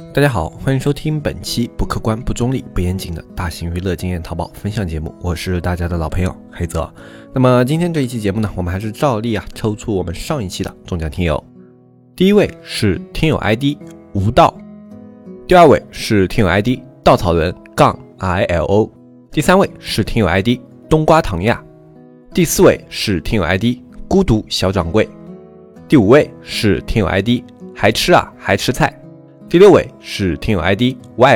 大家好，欢迎收听本期不客观、不中立、不严谨的大型娱乐经验淘宝分享节目，我是大家的老朋友黑泽。那么今天这一期节目呢，我们还是照例抽出我们上一期的中奖听友。第一位是听友 ID 无道，第二位是听友 ID 稻草人-ILO， 第三位是听友 ID 冬瓜糖呀，第四位是听友 ID 孤独小掌柜，第五位是听友 ID 还吃啊还吃菜，第六位是听友 ID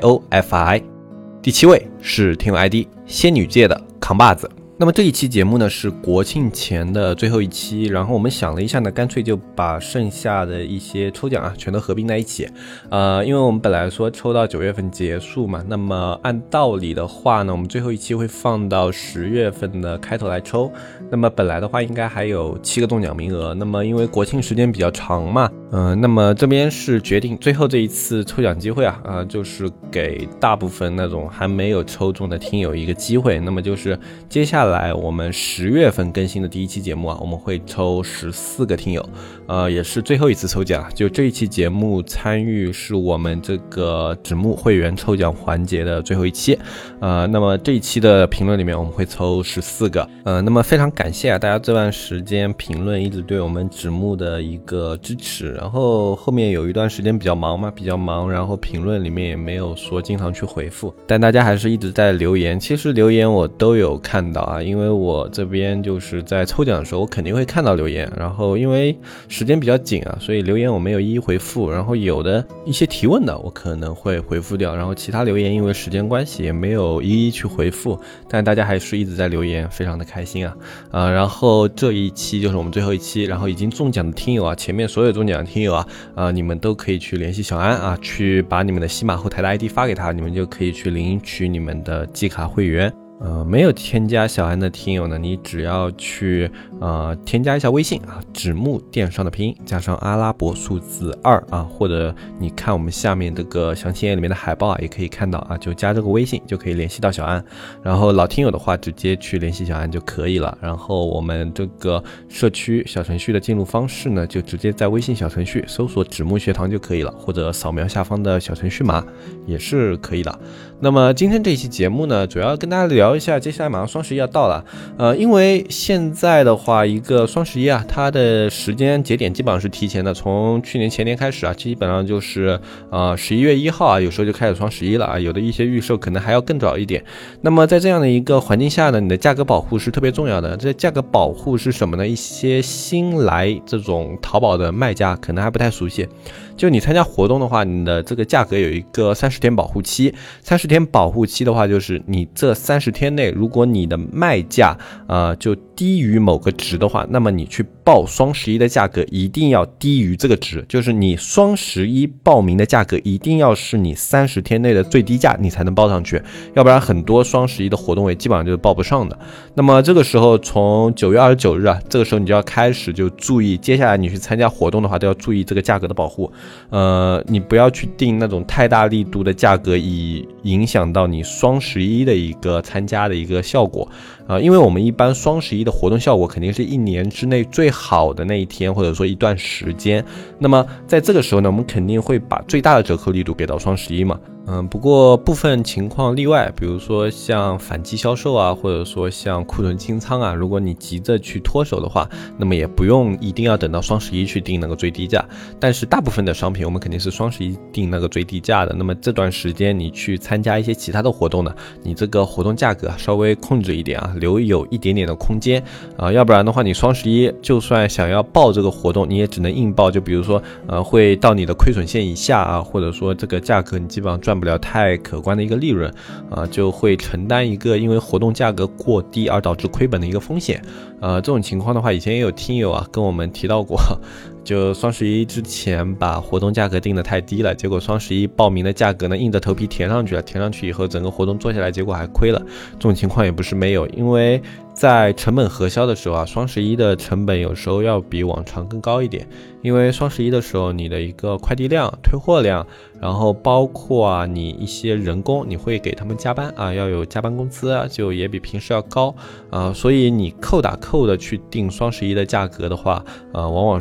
YOFI， 第七位是听友 ID 仙女界的扛把子。那么这一期节目呢是国庆前的最后一期，然后我们想了一下呢，干脆就把剩下的一些抽奖全都合并在一起。因为我们本来说抽到9月份结束嘛，那么按道理的话呢，我们最后一期会放到10月份的开头来抽。那么本来的话应该还有7个中奖名额，那么因为国庆时间比较长嘛，那么这边是决定最后这一次抽奖机会就是给大部分那种还没有抽中的听友一个机会。那么就是接下来我们10月份更新的第一期节目我们会抽14个听友，也是最后一次抽奖。就这一期节目参与是我们这个纸木会员抽奖环节的最后一期，那么这一期的评论里面我们会抽14个，那么非常感谢大家这段时间评论一直对我们纸木的一个支持。然后后面有一段时间比较忙，然后评论里面也没有说经常去回复，但大家还是一直在留言。其实留言我都有看到因为我这边就是在抽奖的时候我肯定会看到留言，然后因为时间比较紧所以留言我没有一一回复，然后有的一些提问的我可能会回复掉，然后其他留言因为时间关系也没有一一去回复，但大家还是一直在留言，非常的开心然后这一期就是我们最后一期，然后已经中奖的听友前面所有中奖的听友你们都可以去联系小安去把你们的喜马后台的 ID 发给他，你们就可以去领取你们的季卡会员。没有添加小安的听友呢，你只要去添加一下微信纸木电商的拼音加上阿拉伯数字2或者你看我们下面这个详情页里面的海报也可以看到就加这个微信就可以联系到小安。然后老听友的话直接去联系小安就可以了。然后我们这个社区小程序的进入方式呢，就直接在微信小程序搜索纸木学堂就可以了，或者扫描下方的小程序码也是可以的。那么今天这一期节目呢，主要跟大家聊一下接下来马上双十一要到了，因为现在的话一个双十一它的时间节点基本上是提前的，从去年前年开始基本上就是11月1号有时候就开始双十一了有的一些预售可能还要更早一点。那么在这样的一个环境下呢，你的价格保护是特别重要的。这价格保护是什么呢？一些新来这种淘宝的卖家可能还不太熟悉，就你参加活动的话，你的这个价格有一个30天保护期。30天保护期的话，就是你这30天内，如果你的卖价就低于某个值的话，那么你去报双十一的价格一定要低于这个值，就是你双十一报名的价格一定要是你30天内的最低价，你才能报上去，要不然很多双十一的活动也基本上就是报不上的。那么这个时候从9月29日这个时候你就要开始就注意，接下来你去参加活动的话都要注意这个价格的保护。你不要去定那种太大力度的价格，以影响到你双十一的一个参加的一个效果。因为我们一般双十一的活动效果肯定是1年之内最好的那一天，或者说一段时间。那么在这个时候呢，我们肯定会把最大的折扣力度给到双十一嘛。不过部分情况例外，比如说像反季销售或者说像库存清仓如果你急着去脱手的话，那么也不用一定要等到双十一去定那个最低价。但是大部分的商品我们肯定是双十一定那个最低价的，那么这段时间你去参加一些其他的活动呢，你这个活动价格稍微控制一点留有一点点的空间要不然的话你双十一就算想要报这个活动，你也只能硬报，就比如说会到你的亏损线以下或者说这个价格你基本上赚不了太可观的一个利润就会承担一个因为活动价格过低而导致亏本的一个风险。这种情况的话，以前也有听友跟我们提到过，就双十一之前把活动价格定得太低了，结果双十一报名的价格呢硬着头皮填上去了，填上去以后整个活动做下来结果还亏了。这种情况也不是没有，因为在成本核销的时候双十一的成本有时候要比往常更高一点，因为双十一的时候你的一个快递量、退货量，然后包括你一些人工你会给他们加班要有加班工资就也比平时要高所以你扣打扣的去定双十一的价格的话往往是比较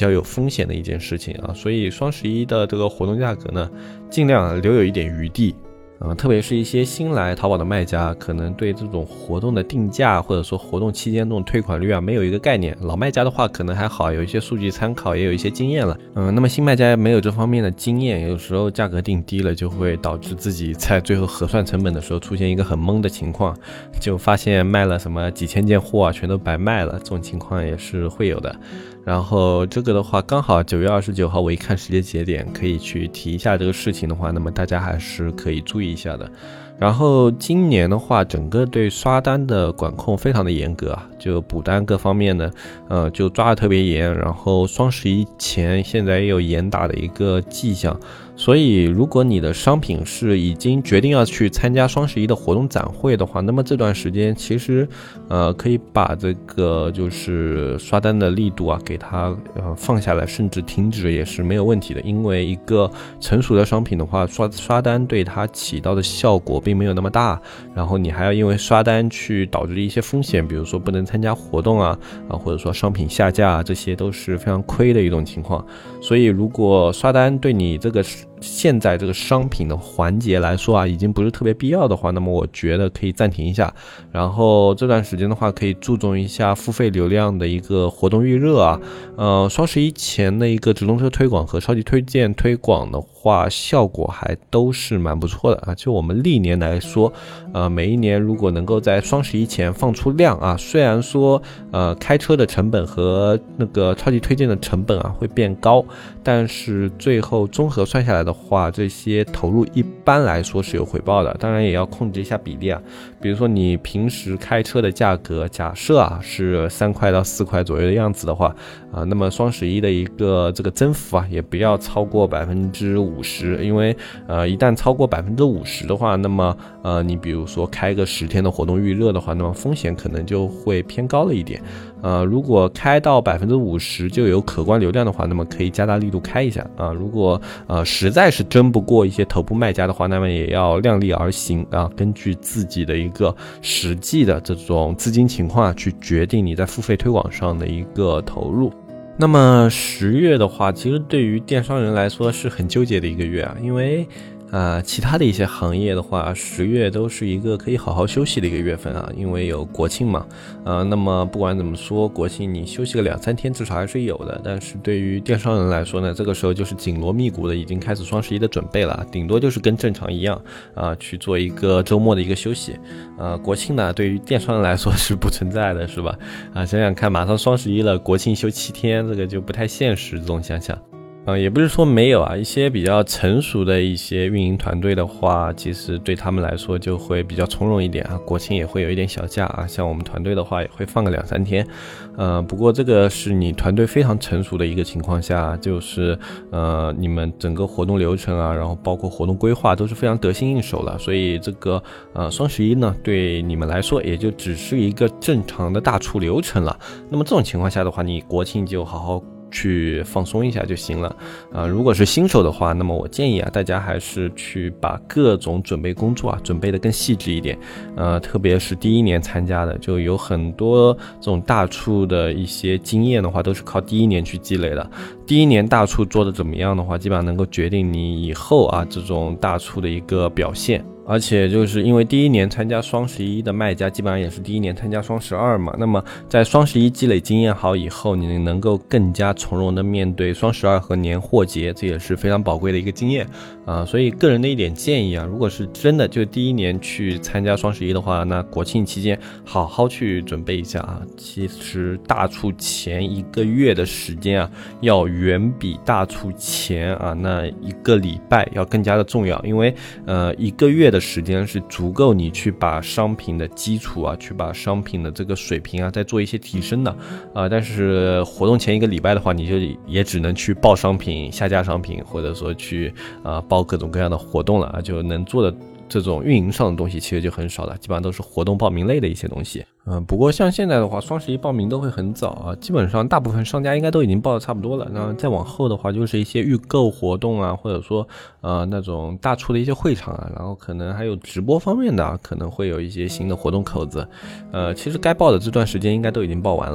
较有风险的一件事情啊，所以双11的这个活动价格呢，尽量留有一点余地。特别是一些新来淘宝的卖家，可能对这种活动的定价或者说活动期间这种退款率没有一个概念。老卖家的话可能还好，有一些数据参考，也有一些经验了。那么新卖家没有这方面的经验，有时候价格定低了，就会导致自己在最后核算成本的时候出现一个很懵的情况，就发现卖了什么几千件货全都白卖了，这种情况也是会有的。然后这个的话，刚好9月29号我一看时间节点，可以去提一下这个事情的话，那么大家还是可以注意一下的。然后今年的话，整个对刷单的管控非常的严格啊，就补单各方面呢，就抓得特别严。然后双11前现在也有严打的一个迹象，所以如果你的商品是已经决定要去参加双11的活动展会的话，那么这段时间其实可以把这个就是刷单的力度给它放下来，甚至停止也是没有问题的。因为一个成熟的商品的话，刷单对它起到的效果并没有那么大，然后你还要因为刷单去导致一些风险，比如说不能参加活动或者说商品下架这些都是非常亏的一种情况。所以如果刷单对你这个现在这个商品的环节来说已经不是特别必要的话，那么我觉得可以暂停一下。然后这段时间的话，可以注重一下付费流量的一个活动预热双11前的一个直通车推广和超级推荐推广的话，效果还都是蛮不错的就我们历年来说，每一年如果能够在双11前放出量虽然说开车的成本和那个超级推荐的成本会变高，但是最后综合算下来的话，这些投入一般来说是有回报的。当然也要控制一下比例比如说你平时开车的价格假设是3块到4块左右的样子的话那么双11的一个这个增幅也不要超过50%，因为一旦超过50%的话，那么你比如说开个10天的活动预热的话，那么风险可能就会偏高了一点。如果开到50%就有可观流量的话，那么可以加大力度开一下如果实在是争不过一些头部卖家的话，那么也要量力而行根据自己的一个实际的这种资金情况去决定你在付费推广上的一个投入。那么10月的话，其实对于电商人来说是很纠结的一个月因为其他的一些行业的话，10月都是一个可以好好休息的一个月份因为有国庆嘛那么不管怎么说，国庆你休息个2-3天至少还是有的。但是对于电商人来说呢，这个时候就是紧锣密鼓的已经开始双11的准备了，顶多就是跟正常一样去做一个周末的一个休息国庆呢对于电商人来说是不存在的，是吧想想看，马上双11了，国庆休7天，这个就不太现实，这种想想也不是说没有一些比较成熟的一些运营团队的话，其实对他们来说就会比较从容一点国庆也会有一点小假像我们团队的话也会放个2-3天不过这个是你团队非常成熟的一个情况下，就是你们整个活动流程然后包括活动规划都是非常得心应手了，所以这个双11呢对你们来说也就只是一个正常的大促流程了。那么这种情况下的话，你国庆就好好去放松一下就行了如果是新手的话，那么我建议大家还是去把各种准备工作准备的更细致一点特别是第一年参加的，就有很多这种大促的一些经验的话都是靠第一年去积累的。第一年大促做的怎么样的话，基本上能够决定你以后这种大促的一个表现。而且就是因为第一年参加双11的卖家基本上也是第一年参加双12嘛，那么在双11积累经验好以后，你能够更加从容的面对双12和年货节，这也是非常宝贵的一个经验所以个人的一点建议如果是真的就第一年去参加双11的话，那国庆期间好好去准备一下其实大促前1个月的时间要远比大促前那1个礼拜要更加的重要，因为1个月的时间是足够你去把商品的基础去把商品的这个水平再做一些提升的但是活动前1个礼拜的话，你就也只能去报商品、下架商品，或者说去报各种各样的活动了就能做的这种运营上的东西其实就很少了，基本上都是活动报名类的一些东西不过像现在的话，双11报名都会很早基本上大部分商家应该都已经报的差不多了。那再往后的话，就是一些预购活动或者说那种大促的一些会场然后可能还有直播方面的可能会有一些新的活动口子其实该报的这段时间应该都已经报完了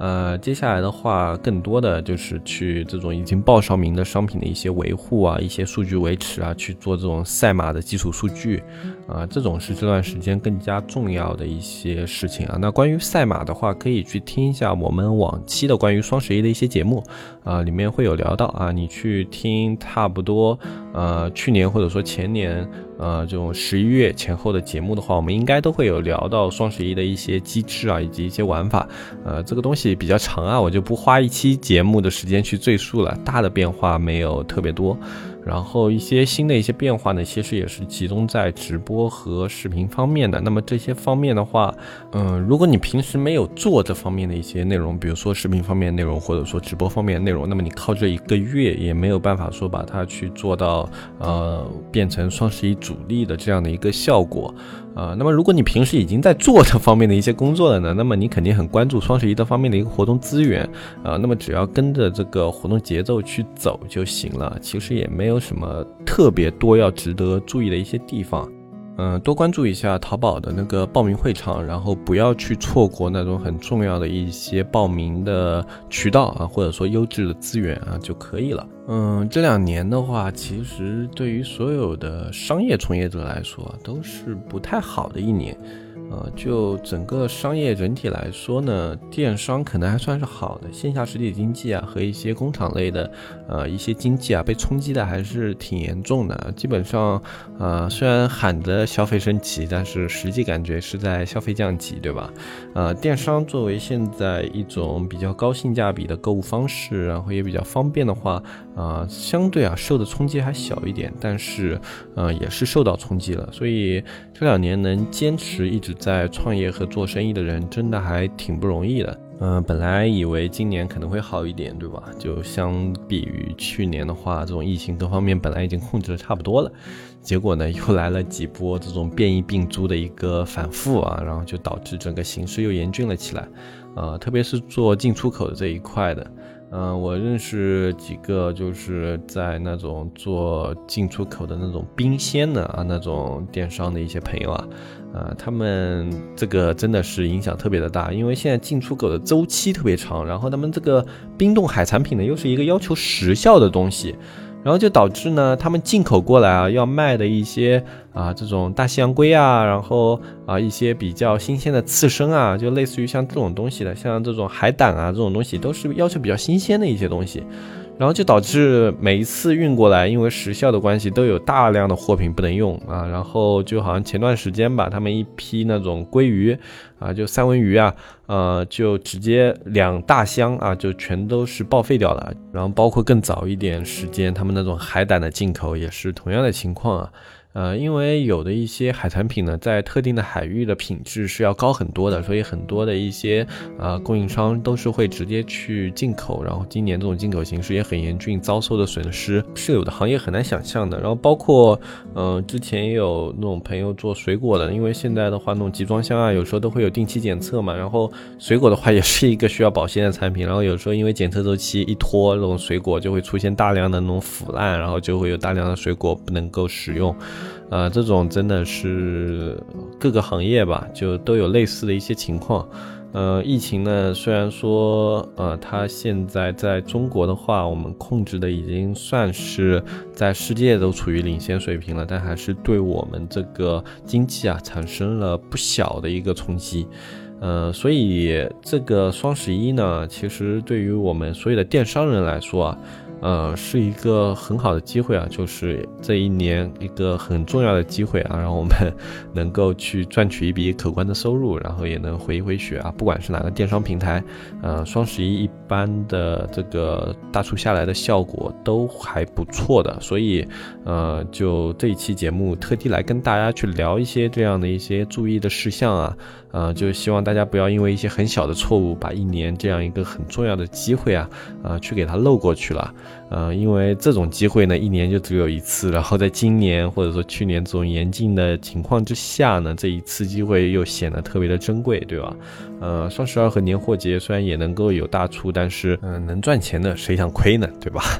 接下来的话更多的就是去这种已经报上名的商品的一些维护啊，一些数据维持啊，去做这种赛马的基础数据这种是这段时间更加重要的一些事情啊。那关于赛马的话，可以去听一下我们往期的关于双11的一些节目里面会有聊到啊，你去听差不多去年或者说前年这种11月前后的节目的话，我们应该都会有聊到双11的一些机制啊，以及一些玩法这个东西比较长啊，我就不花一期节目的时间去赘述了，大的变化没有特别多，然后一些新的一些变化呢，其实也是集中在直播和视频方面的。那么这些方面的话如果你平时没有做这方面的一些内容，比如说视频方面的内容或者说直播方面的内容，那么你靠这1个月也没有办法说把它去做到变成双11主力的这样的一个效果那么如果你平时已经在做这方面的一些工作了呢，那么你肯定很关注双11的方面的一个活动资源那么只要跟着这个活动节奏去走就行了，其实也没有什么特别多要值得注意的一些地方多关注一下淘宝的那个报名会场，然后不要去错过那种很重要的一些报名的渠道或者说优质的资源就可以了。这2年的话，其实对于所有的商业从业者来说都是不太好的一年。就整个商业整体来说呢，电商可能还算是好的，线下实体经济和一些工厂类的一些经济被冲击的还是挺严重的。基本上虽然喊着消费升级，但是实际感觉是在消费降级，对吧？电商作为现在一种比较高性价比的购物方式，然后也比较方便的话相对受的冲击还小一点，但是也是受到冲击了。所以这2年能坚持一直在创业和做生意的人真的还挺不容易的。本来以为今年可能会好一点，对吧？就相比于去年的话，这种疫情各方面本来已经控制的差不多了，结果呢又来了几波这种变异病株的一个反复然后就导致整个形势又严峻了起来特别是做进出口的这一块的我认识几个就是在那种做进出口的那种冰鲜的那种电商的一些朋友他们这个真的是影响特别的大，因为现在进出口的周期特别长，然后他们这个冰冻海产品呢又是一个要求时效的东西，然后就导致呢他们进口过来要卖的一些这种大西洋龟然后一些比较新鲜的刺身就类似于像这种东西的，像这种海胆这种东西都是要求比较新鲜的一些东西，然后就导致每一次运过来，因为时效的关系都有大量的货品不能用然后就好像前段时间吧，他们一批那种鲑鱼就三文鱼就直接2大箱就全都是报废掉了。然后包括更早一点时间，他们那种海胆的进口也是同样的情况因为有的一些海产品呢，在特定的海域的品质是要高很多的，所以很多的一些供应商都是会直接去进口，然后今年这种进口形势也很严峻，遭受的损失是有的行业很难想象的。然后包括之前也有那种朋友做水果的，因为现在的话那种集装箱有时候都会有定期检测嘛，然后水果的话也是一个需要保鲜的产品，然后有时候因为检测周期一拖，那种水果就会出现大量的那种腐烂，然后就会有大量的水果不能够使用这种真的是各个行业吧，就都有类似的一些情况。疫情呢，虽然说它现在在中国的话，我们控制的已经算是在世界都处于领先水平了，但还是对我们这个经济产生了不小的一个冲击。所以这个双11呢，其实对于我们所有的电商人来说是一个很好的机会就是这一年一个很重要的机会让我们能够去赚取一笔可观的收入，然后也能回一回血不管是哪个电商平台双11一般的这个大促下来的效果都还不错的，所以就这一期节目特地来跟大家去聊一些这样的一些注意的事项就希望大家不要因为一些很小的错误把一年这样一个很重要的机会去给它漏过去了因为这种机会呢一年就只有一次，然后在今年或者说去年这种严峻的情况之下呢，这一次机会又显得特别的珍贵，对吧？双12和年货节虽然也能够有大促，但是能赚钱的谁想亏呢，对吧？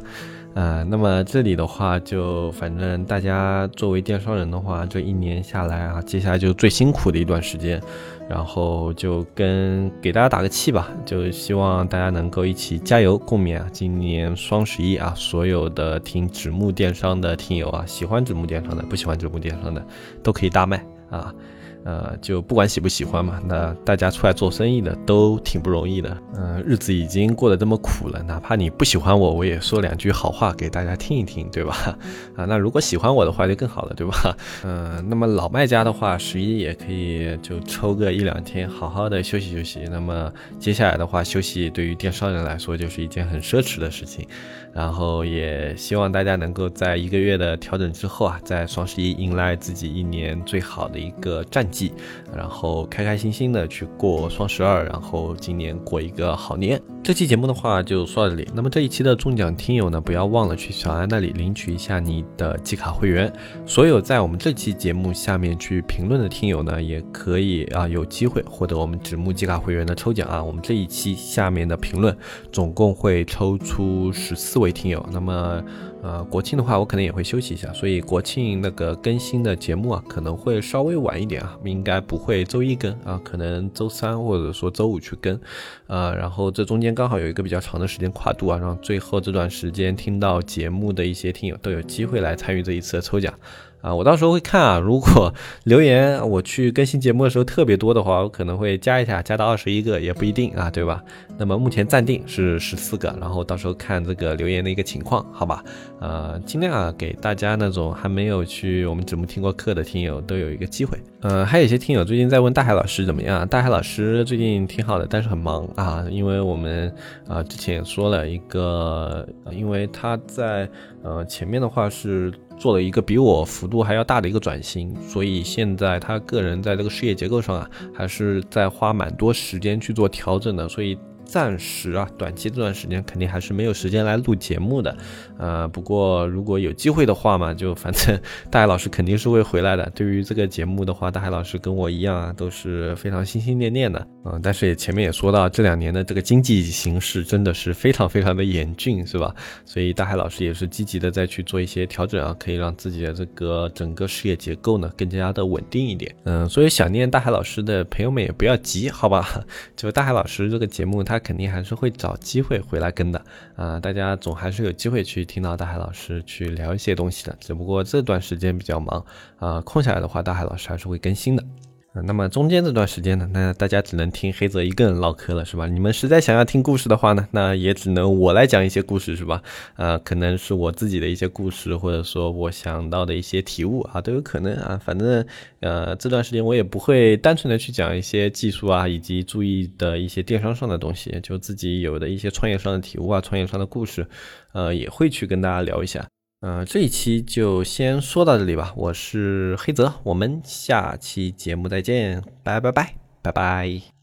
那么这里的话就反正大家作为电商人的话，这一年下来啊，接下来就最辛苦的一段时间，然后就给大家打个气吧，就希望大家能够一起加油共勉啊！今年双11啊，所有的听纸木电商的听友啊，喜欢纸木电商的，不喜欢纸木电商的，都可以大卖啊！就不管喜不喜欢嘛，那大家出来做生意的都挺不容易的，日子已经过得这么苦了，哪怕你不喜欢我，我也说2句好话给大家听一听，对吧？那如果喜欢我的话就更好了，对吧？那么老卖家的话，11也可以就抽个1-2天，好好的休息休息。那么接下来的话，休息对于电商人来说就是一件很奢侈的事情，然后也希望大家能够在1个月的调整之后啊，在双11迎来自己一年最好的一个战绩，然后开开心心的去过双12，然后今年过一个好年。这期节目的话就说到这里。那么这一期的中奖听友呢，不要忘了去小安那里领取一下你的季卡会员。所有在我们这期节目下面去评论的听友呢，也可以有机会获得我们纸木季卡会员的抽奖啊。我们这一期下面的评论总共会抽出14位听友。那么国庆的话我可能也会休息一下，所以国庆那个更新的节目啊可能会稍微晚一点啊，应该不会周一更啊，可能周3或者说周5去更然后这中间刚好有一个比较长的时间跨度啊，让最后这段时间听到节目的一些听友都有机会来参与这一次的抽奖我到时候会看啊，如果留言我去更新节目的时候特别多的话，我可能会加一下，加到21个也不一定啊，对吧？那么目前暂定是14个，然后到时候看这个留言的一个情况，好吧？尽量给大家那种还没有去我们纸木听过课的听友都有一个机会。还有一些听友最近在问大海老师怎么样，大海老师最近挺好的，但是很忙啊，因为我们之前也说了一个，因为他在前面的话是做了一个比我幅度还要大的一个转型，所以现在他个人在这个事业结构上还是在花蛮多时间去做调整的，所以暂时短期这段时间肯定还是没有时间来录节目的，不过如果有机会的话嘛，就反正大海老师肯定是会回来的。对于这个节目的话，大海老师跟我一样都是非常心心念念的，但是前面也说到这2年的这个经济形势真的是非常非常的严峻，是吧？所以大海老师也是积极的再去做一些调整可以让自己的这个整个事业结构呢更加的稳定一点。所以想念大海老师的朋友们也不要急，好吧？就大海老师这个节目他肯定还是会找机会回来跟的大家总还是有机会去听到大海老师去聊一些东西的，只不过这段时间比较忙空下来的话大海老师还是会更新的。那么中间这段时间呢，那大家只能听黑泽一个人唠嗑了，是吧？你们实在想要听故事的话呢，那也只能我来讲一些故事，是吧？可能是我自己的一些故事，或者说我想到的一些体悟都有可能反正这段时间我也不会单纯的去讲一些技术以及注意的一些电商上的东西，就自己有的一些创业上的体悟创业上的故事也会去跟大家聊一下。这一期就先说到这里吧，我是黑泽，我们下期节目再见，拜拜拜拜拜拜。